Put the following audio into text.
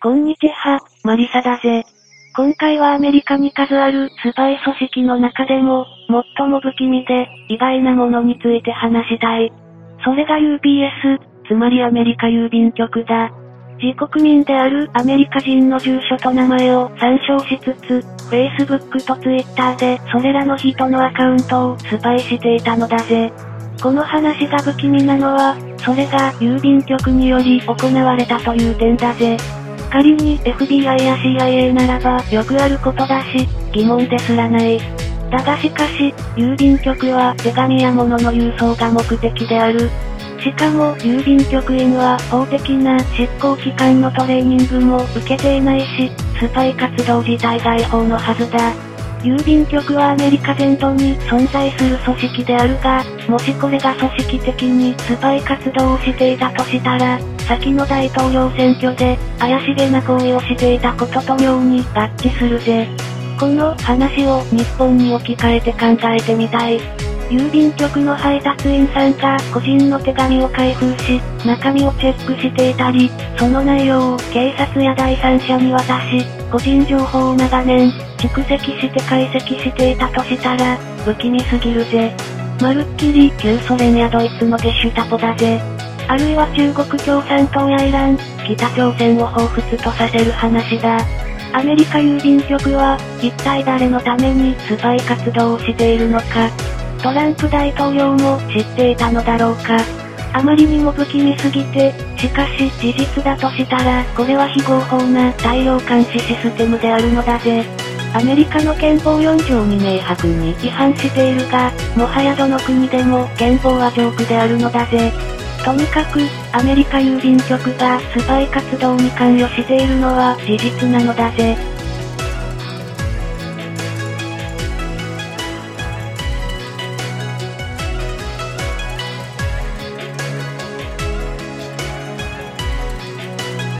こんにちは、マリサだぜ。今回はアメリカに数あるスパイ組織の中でも、最も不気味で意外なものについて話したい。それが UPS、つまりアメリカ郵便局だ。自国民であるアメリカ人の住所と名前を参照しつつ、Facebook と Twitter でそれらの人のアカウントをスパイしていたのだぜ。この話が不気味なのは、それが郵便局により行われたという点だぜ。仮に FBI や CIA ならばよくあることだし、疑問ですらない。だがしかし、郵便局は手紙や物の郵送が目的である。しかも郵便局員は法的な執行機関のトレーニングも受けていないし、スパイ活動自体が違法のはずだ。郵便局はアメリカ全土に存在する組織であるが、もしこれが組織的にスパイ活動をしていたとしたら、先の大統領選挙で怪しげな行為をしていたことと妙に合致するぜ。この話を日本に置き換えて考えてみたい。郵便局の配達員さんが個人の手紙を開封し、中身をチェックしていたり、その内容を警察や第三者に渡し、個人情報を長年、蓄積して解析していたとしたら、不気味すぎるぜ。まるっきり旧ソ連やドイツのゲシュタポだぜ。あるいは中国共産党やイラン、北朝鮮を彷彿とさせる話だ。アメリカ郵便局は、一体誰のためにスパイ活動をしているのか。トランプ大統領も知っていたのだろうか。あまりにも不気味すぎて、しかし事実だとしたら、これは非合法な大量監視システムであるのだぜ。アメリカの憲法4条に明白に違反しているが、もはやどの国でも憲法はジョークであるのだぜ。とにかく、アメリカ郵便局がスパイ活動に関与しているのは事実なのだぜ。